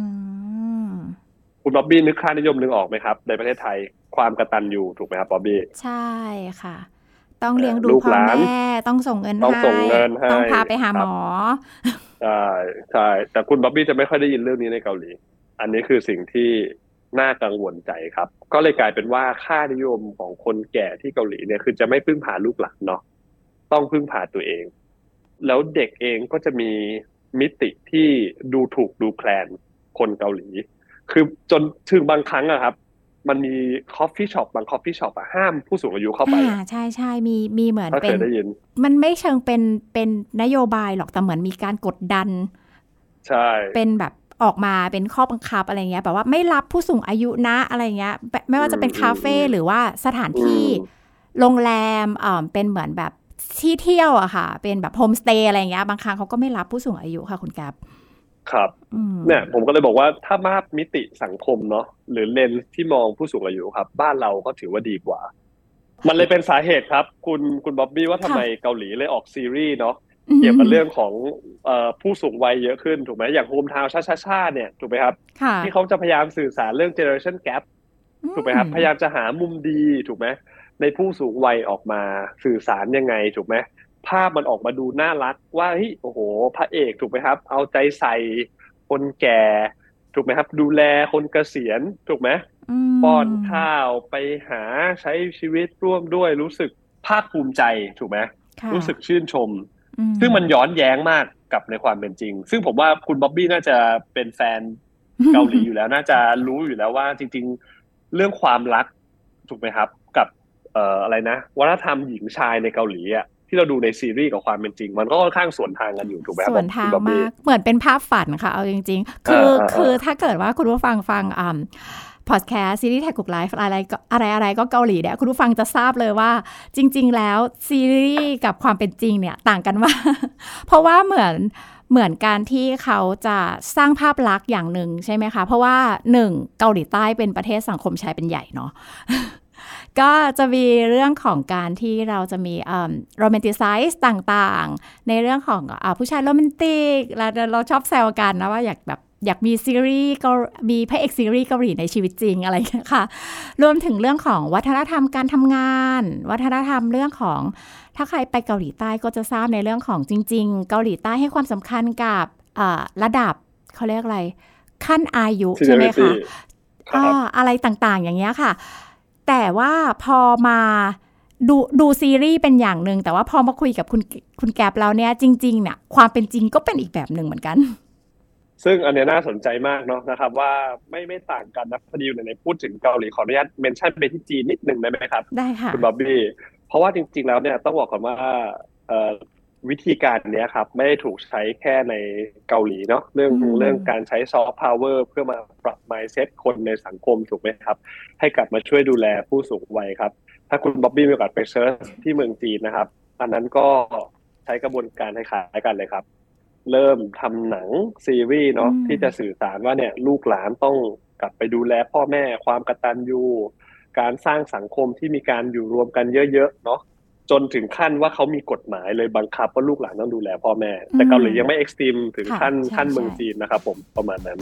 คุณบ๊อบบี้นึกค่านิยมนึงออกไหมครับในประเทศไทยความกตัญญูถูกไหมครับบ๊อบบี้ใช่ค่ะต้องเลี้ยงดูพ่อแม่ต้องส่งเงินให้ต้องพาไปหาหมอใช่ใช่แต่คุณบ๊อบบี้จะไม่ค่อยได้ยินเรื่องนี้ในเกาหลีอันนี้คือสิ่งที่น่ากังวลใจครับก็เลยกลายเป็นว่าค่านิยมของคนแก่ที่เกาหลีเนี่ยคือจะไม่พึ่งพาลูกหลานเนาะต้องพึ่งพาตัวเองแล้วเด็กเองก็จะมีมิติที่ดูถูกดูแคลนคนเกาหลีคือจนถึงบางครั้งอะครับมันมีคอฟฟี่ช็อปบางคอฟฟี่ช็อปห้ามผู้สูงอายุเข้าไปใช่ใช่มีเหมือนเป็นมันไม่เชิงเป็นนโยบายหรอกแต่เหมือนมีการกดดันใช่เป็นแบบออกมาเป็นข้อบังคับอะไรเงี้ยแบบว่าไม่รับผู้สูงอายุนะอะไรเงี้ยไม่ว่าจะเป็นคาเฟ่หรือว่าสถานที่โรงแรมเป็นเหมือนแบบที่เที่ยวอะค่ะเป็นแบบโฮมสเตย์อะไรเงี้ยบางครั้งเขาก็ไม่รับผู้สูงอายุค่ะคุณแก๊ปครับเนี่ยผมก็เลยบอกว่าถ้ามามิติสังคมเนาะหรือเลนส์ที่มองผู้สูงอายุครับบ้านเราก็ถือว่าดีกว่ามันเลยเป็นสาเหตุครับคุณบ๊อบบี้ว่าทำไมเกาหลีเลยออกซีรีส์เนาะเกี่ยวกับเรื่องของผู้สูงวัยเยอะขึ้นถูกไหมอย่างโฮมทาวน์ชาเนี่ยถูกไหมครับที่เขาจะพยายามสื่อสารเรื่อง generation gap ถูกไหมครับพยายามจะหามุมดีถูกไหมในผู้สูงวัยออกมาสื่อสารยังไงถูกไหมภาพมันออกมาดูน่ารักว่าเฮ้ยโอ้โหพระเอกถูกไหมครับเอาใจใส่คนแก่ถูกไหมครับดูแลคนเกษียณถูกไหมป้อนข้าวไปหาใช้ชีวิตร่วมด้วยรู้สึกภาคภูมิใจถูกไหมรู้สึกชื่นชมซึ่งมันย้อนแย้งมากกับในความเป็นจริงซึ่งผมว่าคุณบ๊อบบี้น่าจะเป็นแฟนเกาหลีอยู่แล้วน่าจะรู้อยู่แล้วว่าจริงๆเรื่องความรักถูกไหมครับกับอะไรนะวัฒนธรรมหญิงชายในเกาหลีอ่ะที่เราดูในซีรีส์กับความเป็นจริงมันก็ค่อนข้างสวนทางกันอยู่ถูกไหมครับสวนทางมากเหมือนเป็นภาพฝันค่ะเอาจริงๆคือถ้าเกิดว่าคุณผู้ฟังพอดแคสต์ซีรีส์ไทยกุ๊กไลฟ์อะไรก็เกาหลีเนี่ยคุณผู้ฟังจะทราบเลยว่าจริงๆแล้วซีรีส์กับความเป็นจริงเนี่ยต่างกันว่า เพราะว่าเหมือนการที่เขาจะสร้างภาพลักษณ์อย่างหนึ่งใช่ไหมคะเพราะว่า1เกาหลีใต้เป็นประเทศสังคมชายเป็นใหญ่เนาะ ก็จะมีเรื่องของการที่เราจะมีโรแมนติไซส์ต่างๆในเรื่องของผู้ชายโรแมนติกเราชอบแซวกันนะว่าอยากมีซีรีส์ก็มีพระเอกซีรีส์เกาหลีในชีวิตจริงอะไรอย่างเงี้ยค่ะรวมถึงเรื่องของวัฒนธรรมการทำงานวัฒนธรรมเรื่องของถ้าใครไปเกาหลีใต้ก็จะทราบในเรื่องของจริงๆเกาหลีใต้ให้ความสำคัญกับระดับเขาเรียกอะไรขั้นอายุใช่ไหมคะอะไรต่างๆอย่างเงี้ยค่ะแต่ว่าพอมาดูซีรีส์เป็นอย่างหนึ่งแต่ว่าพอมาคุยกับคุณแก๊ปแล้วเนี่ยจริงๆเนี่ยความเป็นจริงก็เป็นอีกแบบหนึ่งเหมือนกันซึ่งอันนี้น่าสนใจมากเนาะนะครับว่าไม่ต่างกันนะพอดีในพูดถึงเกาหลีขออนุญาตเมนชั่นไปที่จีนนิดนึงได้ไหมครับได้ค่ะคุณบ๊อบบี้เพราะว่าจริงๆแล้วเนี่ยต้องบอกก่อนว่าวิธีการนี้ครับไม่ได้ถูกใช้แค่ในเกาหลีเนาะเรื่องการใช้ซอฟต์พาวเวอร์เพื่อมาปรับ mindset คนในสังคมถูกไหมครับให้กลับมาช่วยดูแลผู้สูงวัยครับถ้าคุณบ๊อบบี้มีโอกาสไปเซิร์ชที่เมืองจีนนะครับอันนั้นก็ใช้กระบวนการคล้ายๆกันเลยครับเริ่มทำหนังซีรีส์เนาะที่จะสื่อสารว่าเนี่ยลูกหลานต้องกลับไปดูแลพ่อแม่ความกตัญญูการสร้างสังคมที่มีการอยู่รวมกันเยอะๆเนาะจนถึงขั้นว่าเขามีกฎหมายเลยบังคับว่าลูกหลานต้องดูแลพ่อแม่แต่เกาหลียังไม่เอ็กซ์ตรีมถึงขั้นเมืองจีนนะครับผมประมาณนั้น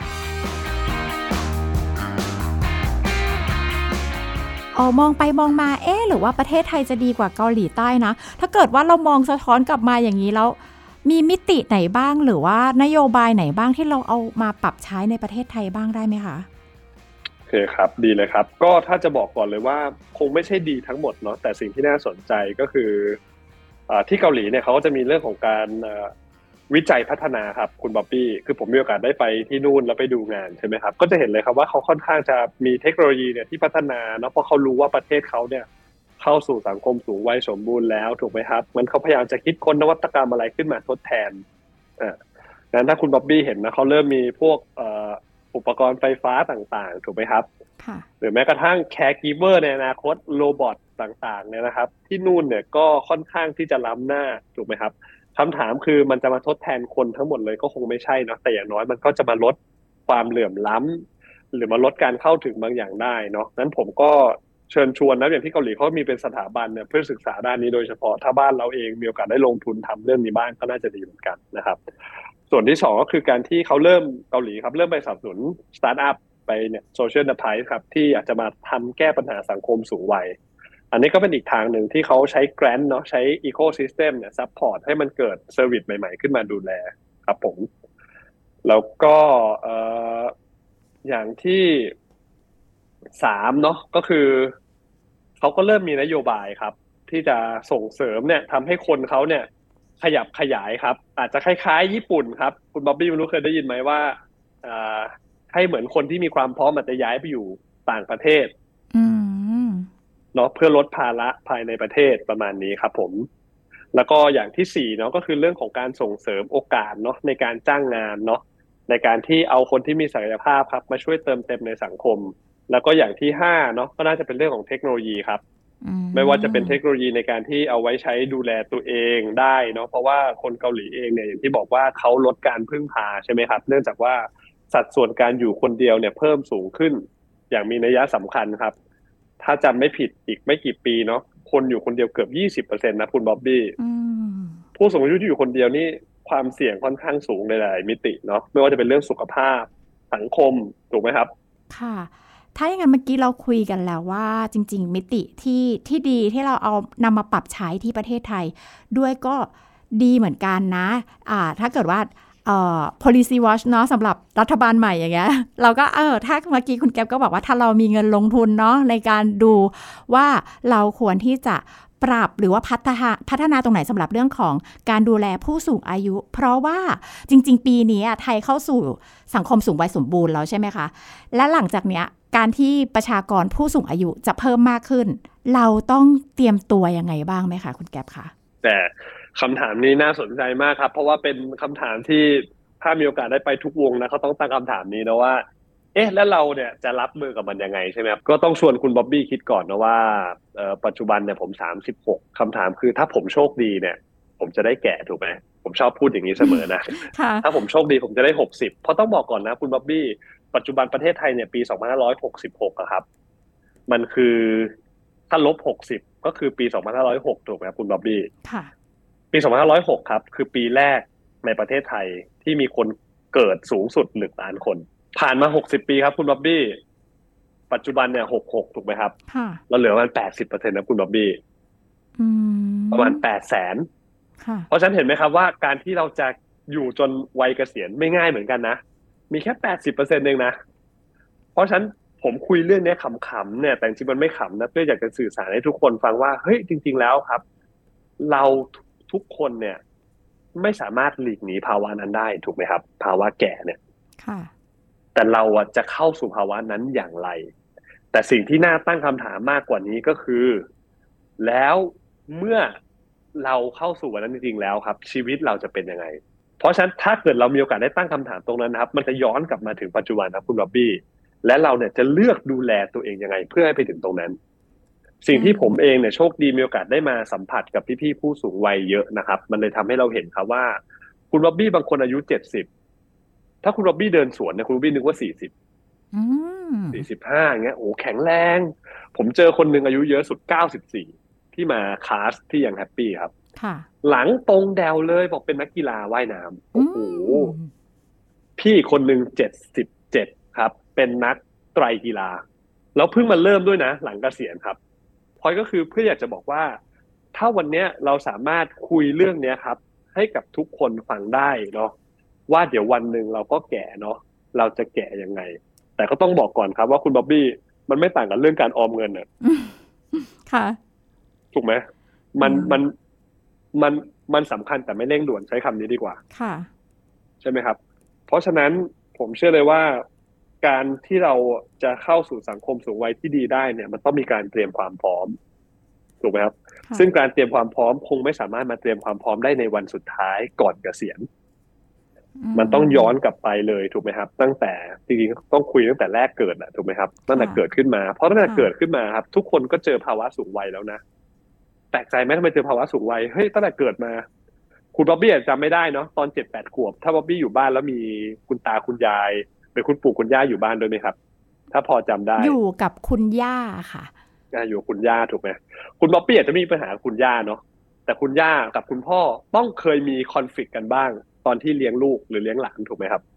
มองไปมองมาหรือว่าประเทศไทยจะดีกว่าเกาหลีใต้นะถ้าเกิดว่าเรามองสะท้อนกลับมาอย่างนี้แล้วมีมิติไหนบ้างหรือว่านโยบายไหนบ้างที่เราเอามาปรับใช้ในประเทศไทยบ้างได้ไหมคะโอเคครับดีเลยครับก็ถ้าจะบอกก่อนเลยว่าคงไม่ใช่ดีทั้งหมดเนาะแต่สิ่งที่น่าสนใจก็คือที่เกาหลีเนี่ยเขาก็จะมีเรื่องของการวิจัยพัฒนาครับคุณบ๊อบบี้คือผมมีโอกาสได้ไปที่นู่นแล้วไปดูงานใช่ไหมครับก็จะเห็นเลยครับว่าเขาค่อนข้างจะมีเทคโนโลยีเนี่ยที่พัฒนาเนาะเพราะเขารู้ว่าประเทศเขาเนี่ยเข้าสู่สังคมสูงวัยสมบูรณ์แล้วถูกไหมครับมันเขาพยายามจะคิดค้นนวัตกรรมอะไรขึ้นมาทดแทนนั้นถ้าคุณบ๊อบบี้เห็นนะเขาเริ่มมีพวกอุปกรณ์ไฟฟ้าต่างๆถูกไหมครับค่ะหรือแม้กระทั่ง caregiver ในอนาคตโรบอทต่างๆเนี่ยนะครับที่นู่นเนี่ยก็ค่อนข้างที่จะล้ำหน้าถูกไหมครับคำถามคือมันจะมาทดแทนคนทั้งหมดเลยก็คงไม่ใช่เนาะแต่อย่างน้อยมันก็จะมาลดความเหลื่อมล้ำหรือมาลดการเข้าถึงบางอย่างได้เนาะนั้นผมก็เชิญชวนนะอย่างที่เกาหลีเขามีเป็นสถาบันเนี่ยเพื่อศึกษาด้านนี้โดยเฉพาะถ้าบ้านเราเองมีโอกาสได้ลงทุนทำเรื่องนี้บ้างก็น่าจะดีเหมือนกันนะครับส่วนที่สองก็คือการที่เขาเริ่มเกาหลีครับเริ่มไปสนับสนุนสตาร์ทอัพไปเนี่ยโซเชียลเน็ตไพร์ครับที่อยากจะมาทำแก้ปัญหาสังคมสูงวัยอันนี้ก็เป็นอีกทางหนึ่งที่เขาใช้แกรนท์เนาะใช้อีโคซิสเต็มเนี่ยซัพพอร์ตให้มันเกิดเซอร์วิสใหม่ๆขึ้นมาดูแลครับผมแล้วก็อย่างที่สามเนาะก็คือเขาก็เริ่มมีนโยบายครับที่จะส่งเสริมเนี่ยทำให้คนเขาเนี่ยขยับขยายครับอาจจะคล้ายๆญี่ปุ่นครับคุณบ๊อบบี้ไม่รู้เคยได้ยินไหมว่าให้เหมือนคนที่มีความพร้อมอาจจะย้ายไปอยู่ต่างประเทศเนาะเพื่อลดภาระภายในประเทศประมาณนี้ครับผมแล้วก็อย่างที่สี่เนาะก็คือเรื่องของการส่งเสริมโอกาสเนาะในการจ้างงานเนาะในการที่เอาคนที่มีศักยภาพครับมาช่วยเติมเต็มในสังคมแล้วก็อย่างที่ห้าเนาะก็น่าจะเป็นเรื่องของเทคโนโลยีครับไม่ว่าจะเป็นเทคโนโลยีในการที่เอาไว้ใช้ดูแลตัวเองได้เนาะเพราะว่าคนเกาหลีเองเนี่ยอย่างที่บอกว่าเขาลดการพึ่งพาใช่ไหมครับเนื่องจากว่าสัดส่วนการอยู่คนเดียวเนี่ยเพิ่มสูงขึ้นอย่างมีนัยสำคัญครับถ้าจำไม่ผิดอีกไม่กี่ปีเนาะคนอยู่คนเดียวเกือบ 20% นะคุณบ๊อบบี้ผู้สูงอายุที่อยู่คนเดียวนี่ความเสี่ยงค่อนข้างสูงในหลายมิติเนาะไม่ว่าจะเป็นเรื่องสุขภาพสังคมถูกไหมครับค่ะถ้าอย่างนั้นเมื่อกี้เราคุยกันแล้วว่าจริงๆมิติที่ดีที่เราเอานำมาปรับใช้ที่ประเทศไทยด้วยก็ดีเหมือนกันนะถ้าเกิดว่าpolicy watch เนาะสำหรับรัฐบาลใหม่อย่างเงี้ยเราก็ถ้าเมื่อกี้คุณแก๊ปก็บอกว่าถ้าเรามีเงินลงทุนเนาะในการดูว่าเราควรที่จะปรับหรือว่าพัฒนาตรงไหนสำหรับเรื่องของการดูแลผู้สูงอายุเพราะว่าจริงๆปีนี้ไทยเข้าสู่สังคมสูงวัยสมบูรณ์แล้วใช่ไหมคะและหลังจากเนี้ยการที่ประชากรผู้สูงอายุจะเพิ่มมากขึ้นเราต้องเตรียมตัวยังไงบ้างไหมคะคุณแก๊ปคะแต่คำถามนี้น่าสนใจมากครับเพราะว่าเป็นคำถามที่ถ้ามีโอกาสได้ไปทุกวงนะเขาต้องตั้งคำถามนี้นะว่าแล้วเราเนี่ยจะรับมือกับมันยังไงใช่ไหมครับก็ต้องชวนคุณบ๊อบบี้คิดก่อนนะว่าปัจจุบันเนี่ยผม36คำถามคือถ้าผมโชคดีเนี่ยผมจะได้แก่ถูกไหมผมชอบพูดอย่างนี้เสมอนะ ถ้าผมโชคดีผมจะได้60เพราะต้องบอกก่อนนะคุณบ๊อบบี้ปัจจุบันประเทศไทยเนี่ยปี2566อะครับมันคือถ้าลบ60ก็คือปี2506ถูกไหมครับคุณบ๊อบบี้ปี2506ครับคือปีแรกในประเทศไทยที่มีคนเกิดสูงสุด1 ล้านคนผ่านมา60ปีครับคุณบ๊อบบี้ปัจจุบันเนี่ย66ถูกไหมครับเราเหลือประมาณ 80% นะคุณบ๊อบบี้ประมาณ 800,000เพราะฉะนั้นเห็นไหมครับว่าการที่เราจะอยู่จนวัยเกษียณไม่ง่ายเหมือนกันนะมีแค่ 80% เองนะเพราะฉะนั้นผมคุยเรื่องนี้ขำๆเนี่ยแต่จริงๆมันไม่ขำนะเพื่ออยากจะสื่อสารให้ทุกคนฟังว่าเฮ้ยจริงๆแล้วครับเราทุกคนเนี่ยไม่สามารถหลีกหนีภาวะนั้นได้ถูกไหมครับภาวะแก่เนี่ยแต่เราจะเข้าสู่ภาวะนั้นอย่างไรแต่สิ่งที่น่าตั้งคำถามมากกว่านี้ก็คือแล้วเมื่อเราเข้าสู่วันนั้นจริงๆแล้วครับชีวิตเราจะเป็นยังไงเพราะฉะนั้นถ้าเกิดเรามีโอกาสได้ตั้งคำถามตรงนั้นนะครับมันจะย้อนกลับมาถึงปัจจุบันนะคุณบ๊อบบี้และเราเนี่ยจะเลือกดูแลตัวเองยังไงเพื่อให้ไปถึงตรงนั้นสิ่งที่ผมเองเนี่ยโชคดีมีโอกาสได้มาสัมผัสกับพี่ๆผู้สูงวัยเยอะนะครับมันเลยทำให้เราเห็นครับว่าคุณบ๊อบบี้บางคนอายุ70ถ้าคุณบ๊อบบี้เดินสวนเนี่ยคุณบ๊อบบี้นึกว่า45อย่างเงี้ยโอ้แข็งแรงผมเจอคนหนึ่งอายุเยอะสุด94ที่มาคลาสที่ยังแฮปปี้ครับหลังตรงแดวเลยบอกเป็นนักกีฬาว่ายน้ำโอ้โหพี่คนหนึ่ง77ครับเป็นนักไตรกีฬาแล้วเพิ่งมาเริ่มด้วยนะหลังเกษียณครับพอยก็คือเพื่ออยากจะบอกว่าถ้าวันนี้เราสามารถคุยเรื่องนี้ครับให้กับทุกคนฟังได้เนาะว่าเดี๋ยววันหนึ่งเราก็แก่เนาะเราจะแก่ยังไงแต่ก็ต้องบอกก่อนครับว่าคุณบ๊อบบี้มันไม่ต่างกันเรื่องการออมเงินเนี่ยค่ะถูกไหมมันสำคัญแต่ไม่เร่งด่วนใช้คำนี้ดีกว่าค่ะใช่ไหมครับเพราะฉะนั้นผมเชื่อเลยว่าการที่เราจะเข้าสู่สังคมสูงวัยที่ดีได้เนี่ยมันต้องมีการเตรียมความพร้อมถูกไหมครับซึ่งการเตรียมความพร้อมคงไม่สามารถมาเตรียมความพร้อมได้ในวันสุดท้ายก่อนเกษียณมันต้องย้อนกลับไปเลยถูกไหมครับตั้งแต่จริงๆต้องคุยตั้งแต่แรกเกิดแหละถูกไหมครับตั้งแต่เกิดขึ้นมาเพราะตั้งแต่เกิดขึ้นมาครับทุกคนก็เจอภาวะสูงวัยแล้วนะแปลกใจไหมทำไมเจอภาวะสูงวัยเฮ้ยตั้งแต่เกิดมาคุณบ๊อบบี้จำไม่ได้เนาะตอน 7-8 ขวบถ้าบ๊อบบี้อยู่บ้านแล้วมีคุณตาคุณยายหรือคุณปู่คุณย่าอยู่บ้านด้วยไหมครับถ้าพอจำได้อยู่กับคุณย่าค่ะอยู่กับคุณย่าถูกไหมคุณบ๊อบบี้อาจจะมีปัญหากับคุณย่าเนาะแต่คุณย่ากับคุณพ่อต้องเคยมีคอนฟลิกต์กันบ้างตอนที่เลี้ยงลูกหรือเลี้ยงหลานถูกไหมครับ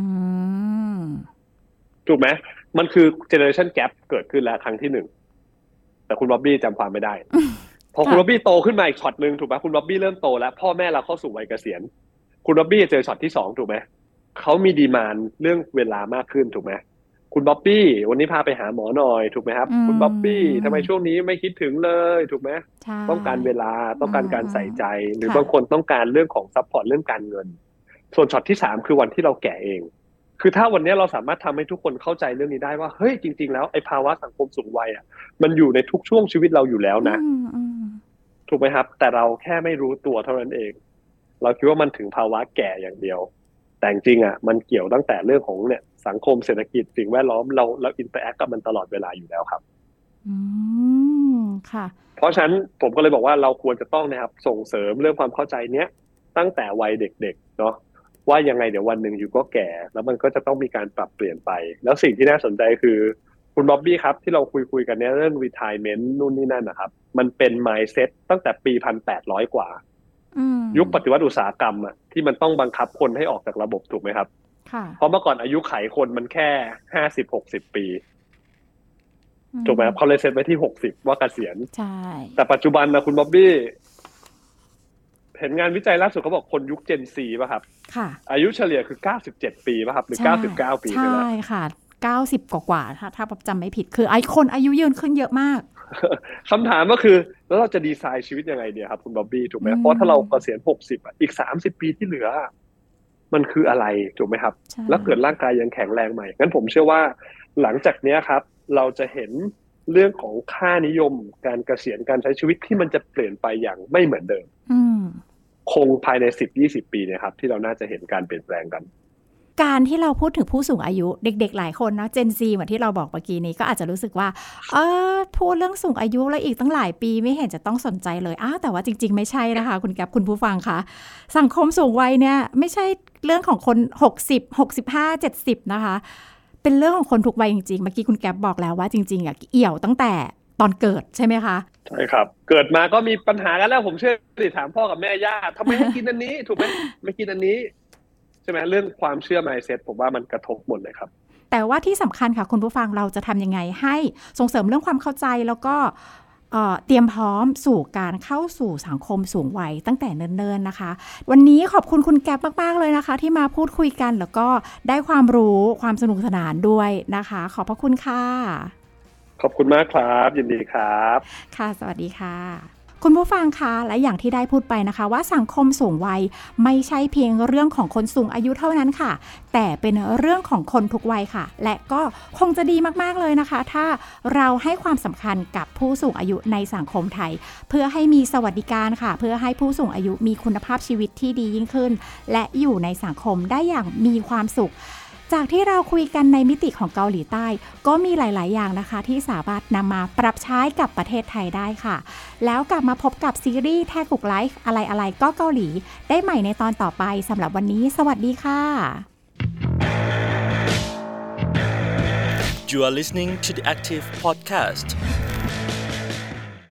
ถูกไหมมันคือเจเนอเรชันแกปเกิดขึ้นแล้วครั้งที่1แต่คุณบ๊อบบี้จำความไม่ได้พอคุณบ๊อบบี้โตขึ้นมาอีกช็อตนึงถูกไหมคุณบ๊อบบี้เริ่มโตแล้วพ่อแม่เราเข้าสู่วัยเกษียณคุณบ๊อบบี้เจอช็อตที่2ถูกไหมเขามีดีมานด์เรื่องเวลามากขึ้นถูกไหมคุณบ๊อบบี้วันนี้พาไปหาหมอหน่อยถูกไหมครับคุณบ๊อบบี้ทำไมช่วงนี้ไม่คิดถึงเลยถูกไหมต้องการเวลาต้องการการใส่ใจหรือบางคนต้องการเรื่องของซัพพอร์ตเรื่องการเงินส่วนช็อตที่3คือวันที่เราแก่เองคือถ้าวันนี้เราสามารถทำให้ทุกคนเข้าใจเรื่องนี้ได้ว่าเฮ้ยจริงๆแล้วไอ้ภาวะสังคมสูงวัยอ่ะมันอยู่ในทุกช่วงชีวิตเราอยู่แล้วนะถูกไหมครับแต่เราแค่ไม่รู้ตัวเท่านั้นเองเราคิดว่ามันถึงภาวะแก่อย่างเดียวแต่จริงอ่ะมันเกี่ยวตั้งแต่เรื่องของเนี่ยสังคมเศรษฐกิจสิ่งแวดล้อมเราอินเตอร์แอคกับมันตลอดเวลาอยู่แล้วครับค่ะเพราะฉะนั้นผมก็เลยบอกว่าเราควรจะต้องนะครับส่งเสริมเรื่องความเข้าใจเนี้ยตั้งแต่วัยเด็กๆเนาะว่ายังไงเดี๋ยววันหนึ่งอยู่ก็แก่แล้วมันก็จะต้องมีการปรับเปลี่ยนไปแล้วสิ่งที่น่าสนใจคือคุณบ๊อบบี้ครับที่เราคุยกันเนี่ยเรื่อง retirement นู่นนี่นั่นนะครับมันเป็น mindset ตั้งแต่ปี 1,800 กว่ายุคปฏิวัติอุตสาหกรรมอ่ะที่มันต้องบังคับคนให้ออกจากระบบถูกไหมครับเพราะเมื่อก่อนอายุไขคนมันแค่50-60 ปีถูกไหมครับเขาเลยเซตไว้ที่60ว่าเกษียณใช่แต่ปัจจุบันนะคุณบ๊อบบี้เห็นงานวิจัยล่าสุดเขาบอกคนยุค Gen Z ป่ะครับค่ะอายุเฉลี่ยคือ97 ปีป่ะครับหรือ99 ปีใช่ค่ะ90กว่าถ้าจำไม่ผิดคือคนอายุยืนขึ้นเยอะมากคำถามก็คือแล้วเราจะดีไซน์ชีวิตยังไงดีครับคุณบ๊อบบี้ถูกไหมเพราะถ้าเราเกษียณ60อีก30 ปีที่เหลือมันคืออะไรถูกไหมครับแล้วเกิดร่างกายยังแข็งแรงใหม่งั้นผมเชื่อว่าหลังจากนี้ครับเราจะเห็นเรื่องของค่านิยมการเกษียณการใช้ชีวิตที่มันจะเปลี่ยนไปอย่างไม่เหมือนเดิมคงภายใน 10-20 ปีเนี่ยครับที่เราน่าจะเห็นการเปลี่ยนแปลงกันการที่เราพูดถึงผู้สูงอายุเด็กๆหลายคนเนาะ Gen Z เหมือนที่เราบอกเมื่อกี้นี้ก็อาจจะรู้สึกว่าพูดเรื่องสูงอายุแล้วอีกตั้งหลายปีไม่เห็นจะต้องสนใจเลยแต่ว่าจริงๆไม่ใช่นะคะคุณแก๊ปคุณผู้ฟังคะสังคมสูงวัยเนี่ยไม่ใช่เรื่องของคน60 65 70นะคะเป็นเรื่องของคนทุกวัยจริงๆเมื่อกี้คุณแก๊ปบอกแล้วว่าจริงๆเอี่ยวตั้งแต่ตอนเกิดใช่ไหมคะใช่ครับเกิดมาก็มีปัญหากันแล้วผมเชื่อสิถามพ่อกับแม่ย่าทำไมให้กินอันนี้ถูกไหมไม่กินอันนี้ใช่ไหมเรื่องความเชื่อ mindset ผมว่ามันกระทบหมดเลยครับแต่ว่าที่สำคัญค่ะคุณผู้ฟังเราจะทำยังไงให้ส่งเสริมเรื่องความเข้าใจแล้วก็เตรียมพร้อมสู่การเข้าสู่สังคมสูงวัยตั้งแต่เนิ่นๆนะคะวันนี้ขอบคุณคุณแก๊ปมากๆเลยนะคะที่มาพูดคุยกันแล้วก็ได้ความรู้ความสนุกสนานด้วยนะคะขอบพระคุณค่ะขอบคุณมากครับยินดีครับค่ะสวัสดีค่ะคุณผู้ฟังคะและอย่างที่ได้พูดไปนะคะว่าสังคมสูงวัยไม่ใช่เพียงเรื่องของคนสูงอายุเท่านั้นค่ะแต่เป็นเรื่องของคนทุกวัยค่ะและก็คงจะดีมากๆเลยนะคะถ้าเราให้ความสำคัญกับผู้สูงอายุในสังคมไทยเพื่อให้มีสวัสดิการค่ะเพื่อให้ผู้สูงอายุมีคุณภาพชีวิตที่ดียิ่งขึ้นและอยู่ในสังคมได้อย่างมีความสุขจากที่เราคุยกันในมิติของเกาหลีใต้ก็มีหลายๆอย่างนะคะที่สามารถนำมาปรับใช้กับประเทศไทยได้ค่ะแล้วกลับมาพบกับซีรีส์แทกุกไลฟ์อะไรๆก็เกาหลีได้ใหม่ในตอนต่อไปสำหรับวันนี้สวัสดีค่ะ You are listening to the Active Podcast